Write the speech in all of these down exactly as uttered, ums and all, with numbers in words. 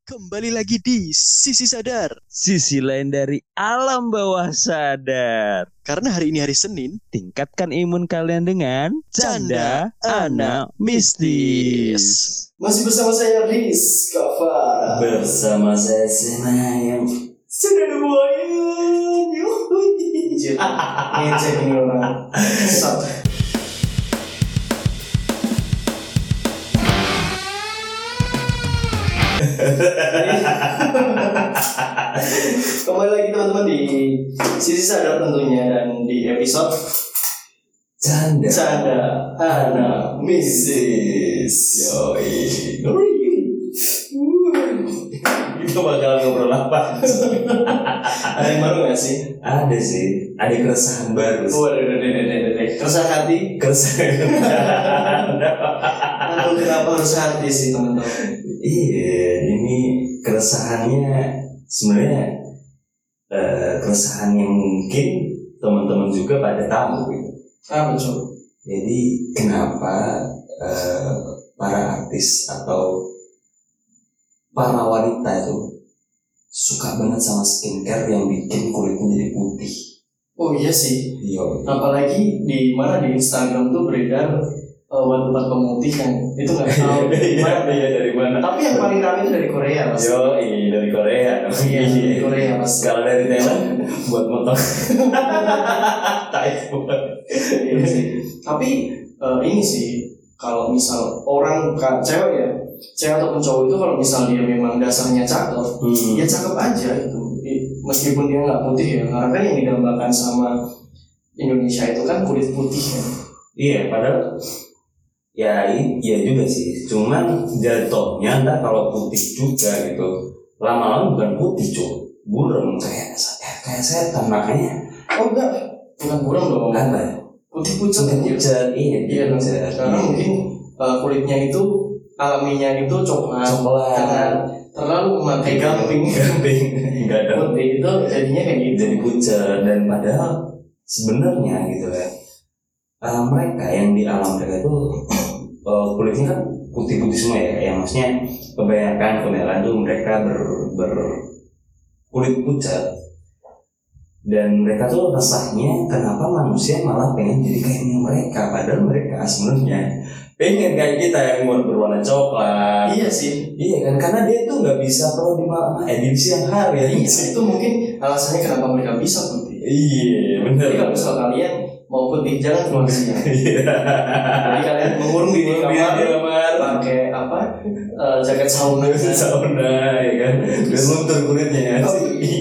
Kembali lagi di Sisi Sadar, sisi lain dari alam bawah sadar. karena hari ini hari Senin. Tingkatkan imun kalian dengan Canda Anak Mistis. Masih bersama saya Riz Kafara. Bersama saya Senayang. Sudah lumayan. Yuhui. Ngecek ini orang. Sat. Kembali lagi teman-teman di Sisi Sadar tentunya, dan di episode Canda Canda Anak Mistis. Yoi. Kita bakal ngobrol apa? Ada yang baru gak sih? Ada sih, ada keresahan baru. Oh, ada, ada, ada, ada, ada. Keresahan hati. Keresahan. Aduh, kenapa harus hati sih teman-teman? Iya, ini keresahannya sebenarnya eh, keresahan yang mungkin teman-teman juga pada tahu gitu. Ah, betul. Jadi kenapa eh, para artis atau para wanita itu suka banget sama skincare yang bikin kulitnya jadi putih? Oh iya sih. Iya. Apalagi di mana di Instagram tuh beredar uh, obat-obat pemutih yang itu nggak tahu dari mana. Iya, dari mana? Tapi yang paling ramai itu dari Korea mas. Yo, iya dari Korea. Iya, dari Korea mas. Kalau dari Thailand buat motor. Iya sih. Tapi uh, ini sih, kalau misal orang kan cewek ya, cewek ataupun cowok itu kalau misal dia memang dasarnya cakep, Hmm. ya cakep aja gitu. Meskipun dia nggak putih ya, karena kan yang didambakan sama Indonesia itu kan kulit putih ya. Iya, padahal ya iya juga sih. Cuman jatuhnya ntar kalau putih juga gitu, lama-lama bukan putih cuy, burem kayak kayak setan makanya. Oh enggak, bukan buram dong. Apa? Putih pucat Putih kan? pucat, iya Iya dong. pucat. Karena mungkin uh, kulitnya itu alaminya itu coklat. Coklat. Karena terlalu memakai gamping. Gamping, enggak ada. Putih itu jadinya kayak gitu. Jadi pucat dan padahal sebenarnya gitu ya. Uh, mereka yang di alam mereka itu uh, kulitnya kan putih-putih semua ya. Yang maksudnya kebanyakan kebanyakan tuh mereka ber, ber kulit pucat. Dan mereka tuh resahnya kenapa manusia malah pengen jadi kayak mereka, padahal mereka sebenarnya pengen kayak kita yang mau berwarna coklat. Iya sih. Iya kan, karena dia tuh nggak bisa kalau di malam, eh di siang hari ya. Iya, itu mungkin alasannya kenapa mereka bisa putih. Iya benar. Jadi kalau misal kalian mau putih jangan keluar siang. Iya. Jadi kalian mengurung di kamar, pakai apa? Uh, jaket sauna. Sauna ya kan, biar luntur kulitnya ya.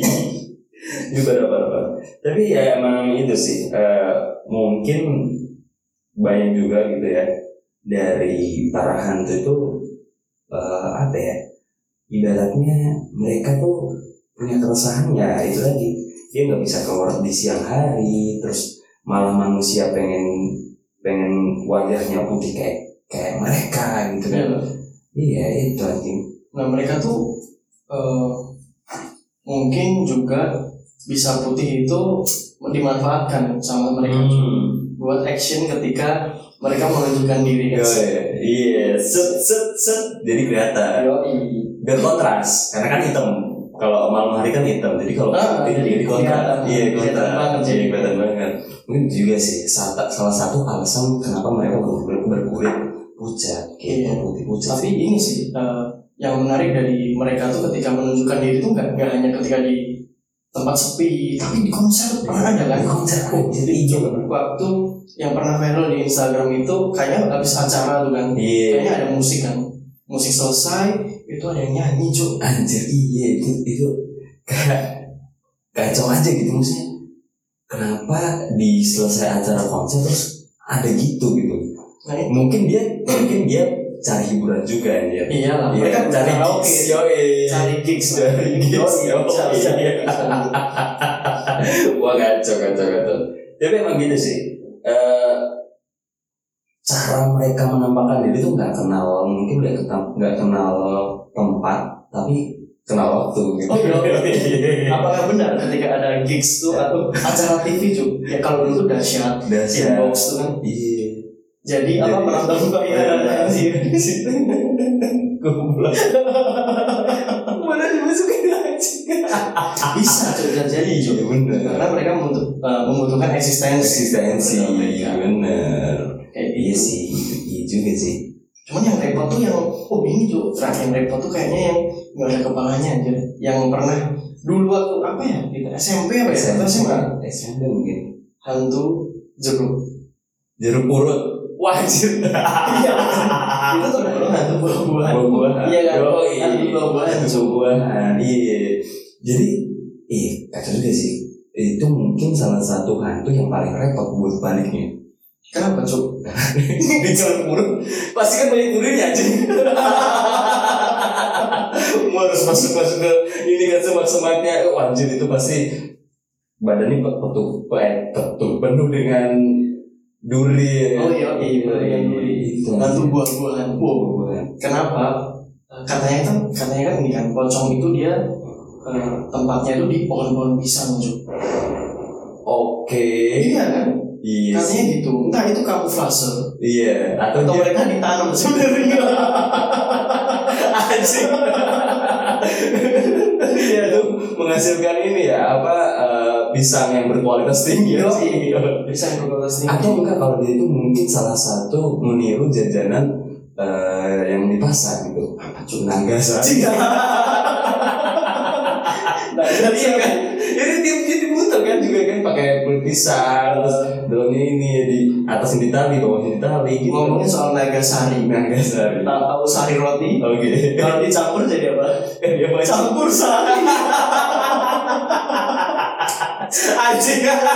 Juga apa-apa. Tapi ya emang itu sih, uh, mungkin banyak juga gitu ya dari para hantu itu uh, apa ya? Ibaratnya mereka tuh punya keresahan ya itu tadi, dia nggak bisa keluar di siang hari, terus malah manusia pengen pengen wajahnya putih kayak kayak mereka gitu kan? Iya, iya itu anjing. Nah mereka tuh uh, mungkin juga bisa putih itu dimanfaatkan sama mereka Hmm. buat action ketika mereka menunjukkan diri. Iya, iya, set set set, jadi kelihatan. Yoi. Biar kontras, karena kan hitam. Kalau malam hari kan hitam, jadi kalau Ah, putih jadi jadi kontras. kelihatan. Iya, Kelihatan kontras. banget, Jadi jadi. kelihatan banget. Mungkin juga sih salah, salah satu alasan kenapa mereka berkulit berkulit pucat, gitu, Iya. putih pucat. Tapi ini sih uh, yang menarik dari mereka tuh ketika menunjukkan diri itu nggak nggak hanya ketika di tempat sepi, tapi di konser pernah ada kan? Di konser, Oh, jadi jadi hijau. waktu yang pernah viral di Instagram itu kayaknya habis acara tuh kan, Iya. kayaknya ada musik kan, musik selesai itu ada yang nyanyi cuy. Anjir, iya itu itu kayak kacau aja gitu maksudnya. Kenapa di selesai acara konser terus ada gitu gitu? Nah, itu. Mungkin dia mungkin dia cari hiburan juga ya. Iya lah, Iya, mereka cari karaoke, gigs, yoi. cari gigs, Cari gigs, Yoi, yoi. cari- cari gigs. Wah kacau kacau kacau. Tapi emang gitu sih. Eh, cara mereka menampakkan diri tuh nggak kenal, mungkin nggak kenal nggak kenal tempat, tapi kenal waktu gitu. Oh iya. Apakah benar ketika ada gigs tuh atau acara T V cuy? Ya kalau dulu tuh dahsyat, Dahsyat. inbox tuh kan. Iya. Jadi apa Jadi- penonton bayaran anjir. Goblok. Bisa Cuk, bisa jadi Cuk. Iya, bener. Karena mereka membutuh, uh, membutuhkan eksistensi. Eksistensi, Mereka. bener. Kayak Iya gitu. sih, iya juga sih. Cuman yang repot tuh yang oh ini Cuk, Frank, yang repot tuh kayaknya yang nggak ada kepalanya aja. Yang pernah dulu waktu apa ya? Kita S M P apa ya? Atau S M A? S M P mungkin. Hantu jeruk. Jeruk purut. Wajib. Iya. Itu tuh hantu buah-buahan. Buah-buahan. Iya kan? Oh, iya. Hantu buah-buahan. Hantu buah-buahan. Iya. Jadi, eh kacau juga sih. Itu mungkin salah satu hantu yang paling repot buat baliknya. Kenapa Cuk? Di jalan purut pasti kan banyak durinya aja. Mau harus masuk-masuk ke ini kan semak-semaknya. Oh, anjir itu pasti badannya petuh, petuh penuh dengan duri. Oh iya, iya, dengan duri. Itu. Hantu buah-buahan. Wow. Buah-buahan. Kenapa? Katanya kan, katanya kan ini kan pocong itu dia eh, tempatnya itu di pohon-pohon pisang Cuk. Oke. Iya kan? Iya. Katanya sih. gitu. Entah itu kamuflase. Iya. Atau, Atau dia mereka ditanam sebenarnya. anjing. Iya tuh menghasilkan ini ya apa eh, pisang yang berkualitas tinggi Iya sih. Bisa yang berkualitas tinggi. Atau enggak kalau dia itu mungkin salah satu meniru jajanan eh, yang di pasar gitu. Apa cuy? Naga sari. Nah, Iya kan? Jadi dia dia diputar kan juga kan pakai kulit pisang terus dalamnya ini di atasnya ditali bawahnya ditali gitu. Ngomongin soal naga sari. Naga sari. Tahu tahu sari roti? Oke. Kalau dicampur jadi apa? Dia baca Campur sari. anjing.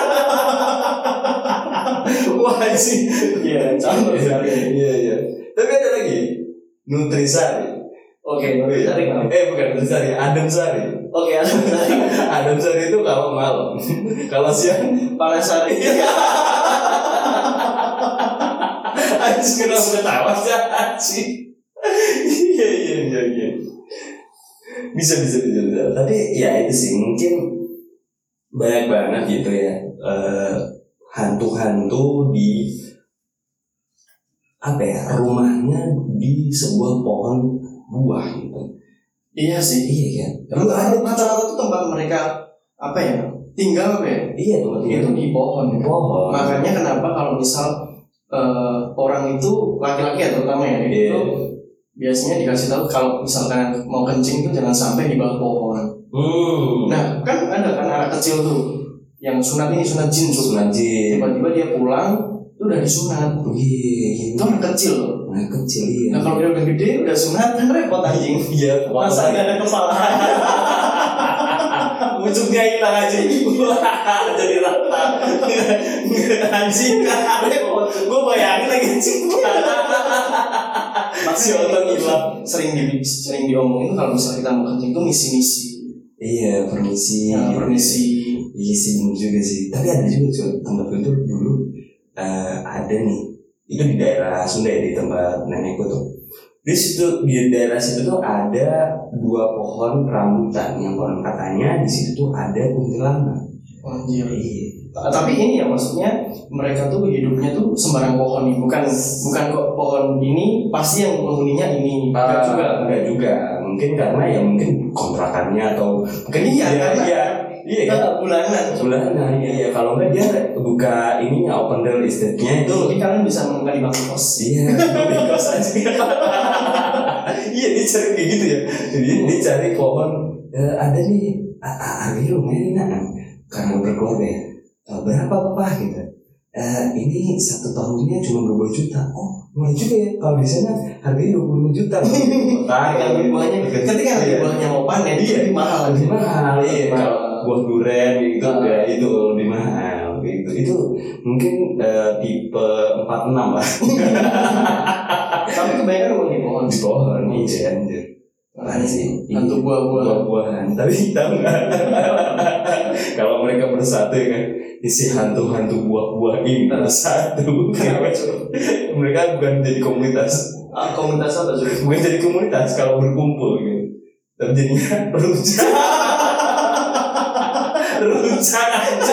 Wah anjing. Iya, campur sari. Iya iya. Tapi ada lagi Nutrisari. Oke, nanti sari nggak? Eh bukan Nutrisari, Adem Sari. Oke, ada sari. Adem Sari itu kalau malam. Kalau siang Panas sari. anjing kenapa ketawa sih anjing. Iya iya iya iya. Bisa bisa bisa bisa. Tapi ya itu sih mungkin banyak banget gitu ya eh, hantu-hantu di apa ya rumahnya di sebuah pohon buah gitu. Iya sih. Iya kan. Rata-rata rata-rata tuh tempat mereka apa ya? Tinggal apa ya? Iya tempat tinggal Itu di pohon. di pohon. Makanya kenapa kalau misal eh, orang itu laki-laki ya terutama ya Iya. itu biasanya dikasih tahu kalau misalkan mau kencing itu jangan sampai di bawah pohon. Hmm. Nah kan ada kan anak kecil tuh yang sunat ini sunat jin tuh. Sunat jin. Tiba-tiba dia pulang itu udah disunat. Iya. Itu anak kecil loh. Anak kecil iya. Nah kalau dia udah gede udah sunat kan repot anjing. Iya. Masa nggak ada kepala. Ujungnya hilang aja. Wah, jadi rata. Anjing. Repot. Gue bayangin lagi anjing. Masih otot hilang. Sering di sering diomongin kalau misalnya kita mau kencing itu misi-misi. Iya, permisi. Ya, permisi. Iya sih, bener juga sih. Tapi ada juga cuy, tempat itu dulu eh, ada nih. Itu di daerah Sunda ya, di tempat nenekku tuh. Di situ di daerah situ tuh ada dua pohon rambutan yang konon katanya di situ tuh ada kuntilanak. Anjir. Iya. Tapi ini ya maksudnya mereka tuh hidupnya tuh sembarang pohon nih, bukan bukan kok pohon ini pasti yang penghuninya ini. Enggak Uh, juga. enggak juga. Mungkin karena ya mungkin kontrakannya atau mungkin Iya, iya karena- iya iya kan Enggak bulanan. bulanan iya iya kalau enggak dia buka ininya open real estate-nya itu Jadi kalian bisa menemukan di bangku kos. iya di kos aja iya dia cari kayak gitu ya jadi dia cari pohon eh, ada nih a- a- harganya lumayan enak karena berkeluarga ya. Eh, berapa apa gitu eh, ini satu tahunnya cuma dua puluh juta oh mulai juga ya kalau di sana harganya dua puluh lima juta Kalau buahnya ketika nanti buahnya mau panen itu Iya. lebih mahal. lebih mahal iya Mahal. kalau buah durian gitu Ah. ya itu lebih mahal gitu itu mungkin eh, tipe empat puluh enam lah Tapi kebanyakan memang di pohon. di pohon iya anjir Nah, sih Hantu buah-buahan. buah-buahan tapi tahu nggak kalau mereka bersatu ya kan isi hantu-hantu buah-buah ini bersatu Kenapa, Cuk? mereka bukan jadi komunitas Ah, komunitas apa Cuk? bukan jadi komunitas kalau berkumpul gitu tapi jadinya rujak rujak aja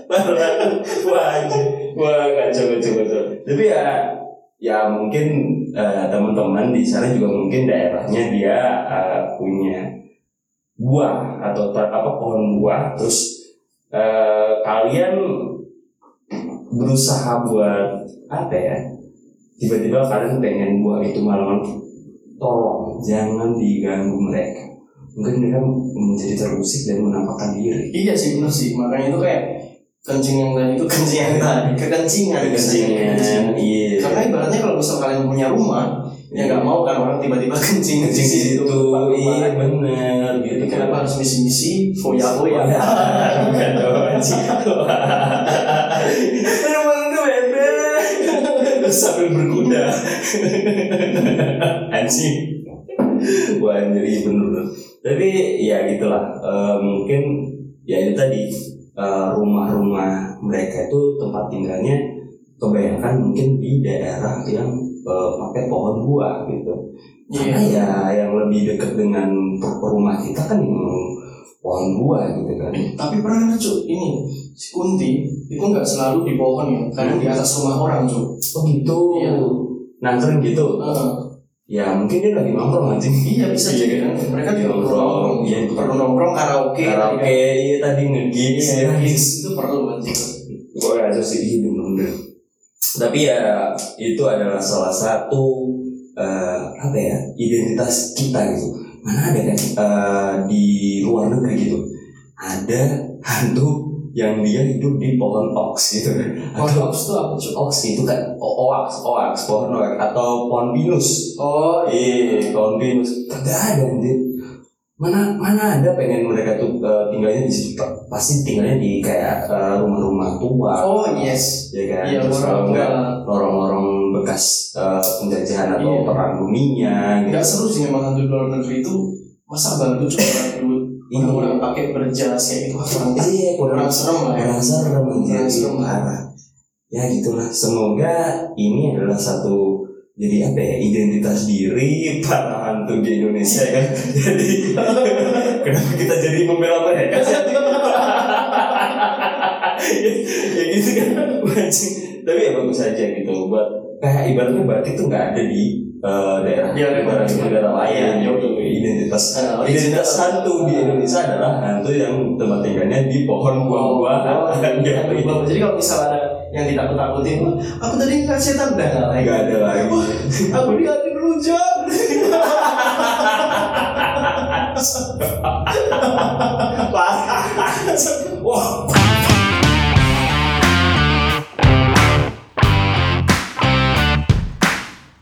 wah anjir wah kacau kacau kacau tapi ya ya mungkin uh, teman-teman di sana juga mungkin daerahnya dia uh, punya buah atau ter- apa pohon buah, terus uh, kalian berusaha buat apa ya? Tiba-tiba kalian pengen buah itu malam, tolong jangan diganggu mereka. Mungkin mereka menjadi terusik dan menampakkan diri. Iya sih, benar sih. Makanya itu kayak kencing yang tadi itu kencing yang tadi kekencingan. Kekencingan, iya. Karena ibaratnya kalau misal kalian punya rumah, ya nggak mau kan orang tiba-tiba kencing Kencing di situ, iya kan. benar. Jadi kenapa harus misi-misi foya-foya? Bukan dong, sih. Emang itu beda. Terus sambil berkuda. Anjing. Wah, jadi bener. Tapi ya gitulah. Uh, mungkin ya itu tadi uh, rumah-rumah mereka itu tempat tinggalnya kebanyakan mungkin di daerah yang uh, pakai pohon buah gitu. Karena ya yang lebih dekat dengan rumah kita kan yang pohon buah gitu kan. Tapi pernah ada Cuk, ini si Kunti itu nggak selalu di pohon ya, kadang di atas rumah orang Cuk. Oh gitu. Iya. Nangkring gitu. Uh, Ya mungkin dia lagi nongkrong anjing. iya bisa jadi kan. Mereka juga perlu nongkrong. Iya Perlu nongkrong karaoke. Karaoke iya tadi nge-gigs Iya, ya. gigs itu perlu anjing. Gue rasa sih iya bener-bener. Tapi ya itu adalah salah satu uh, apa ya identitas kita gitu. Mana ada kan uh, di luar negeri gitu ada hantu yang dia hidup di pohon oaks gitu kan. Pohon oaks itu apa Cuk? Oaks itu kan o- oaks, oaks, pohon oaks atau pohon pinus. Oh Iya, pohon pinus. Kagak ada anjir. Mana mana ada pengen mereka tuh uh, tinggalnya di situ. Pasti tinggalnya di kayak uh, rumah-rumah tua. Oh yes. Ya kan. Iya, Terus kalau lorong- enggak lorong-lorong bekas uh, penjajahan atau Iya. perang dunia gitu. Nggak seru sih memang hantu di luar negeri itu. Masa bantu cuma dulu orang-orang pakai berjas kayak gitu kan orang Iya, kurang serem lah ya. Kurang serem anjir. Kurang serem. Parah. Ya gitulah. Semoga ini adalah satu jadi apa ya identitas diri para hantu di Indonesia kan. Jadi kenapa kita jadi membela mereka sih? ya, ya gitu kan. Tapi ya bagus aja gitu buat kayak ibaratnya batik tuh nggak ada di uh, daerah Ya, negara ya, negara lain. ya, Gitu. Identitas Uh, identitas hantu di Indonesia adalah hantu yang tempat tinggalnya di pohon buah-buahan. Iya, jadi kalau misal ada yang ditakut-takutin, wah, aku tadi nggak setan dah nggak lagi. Nggak ada lagi. Wah, aku lihat di rujak. Wah.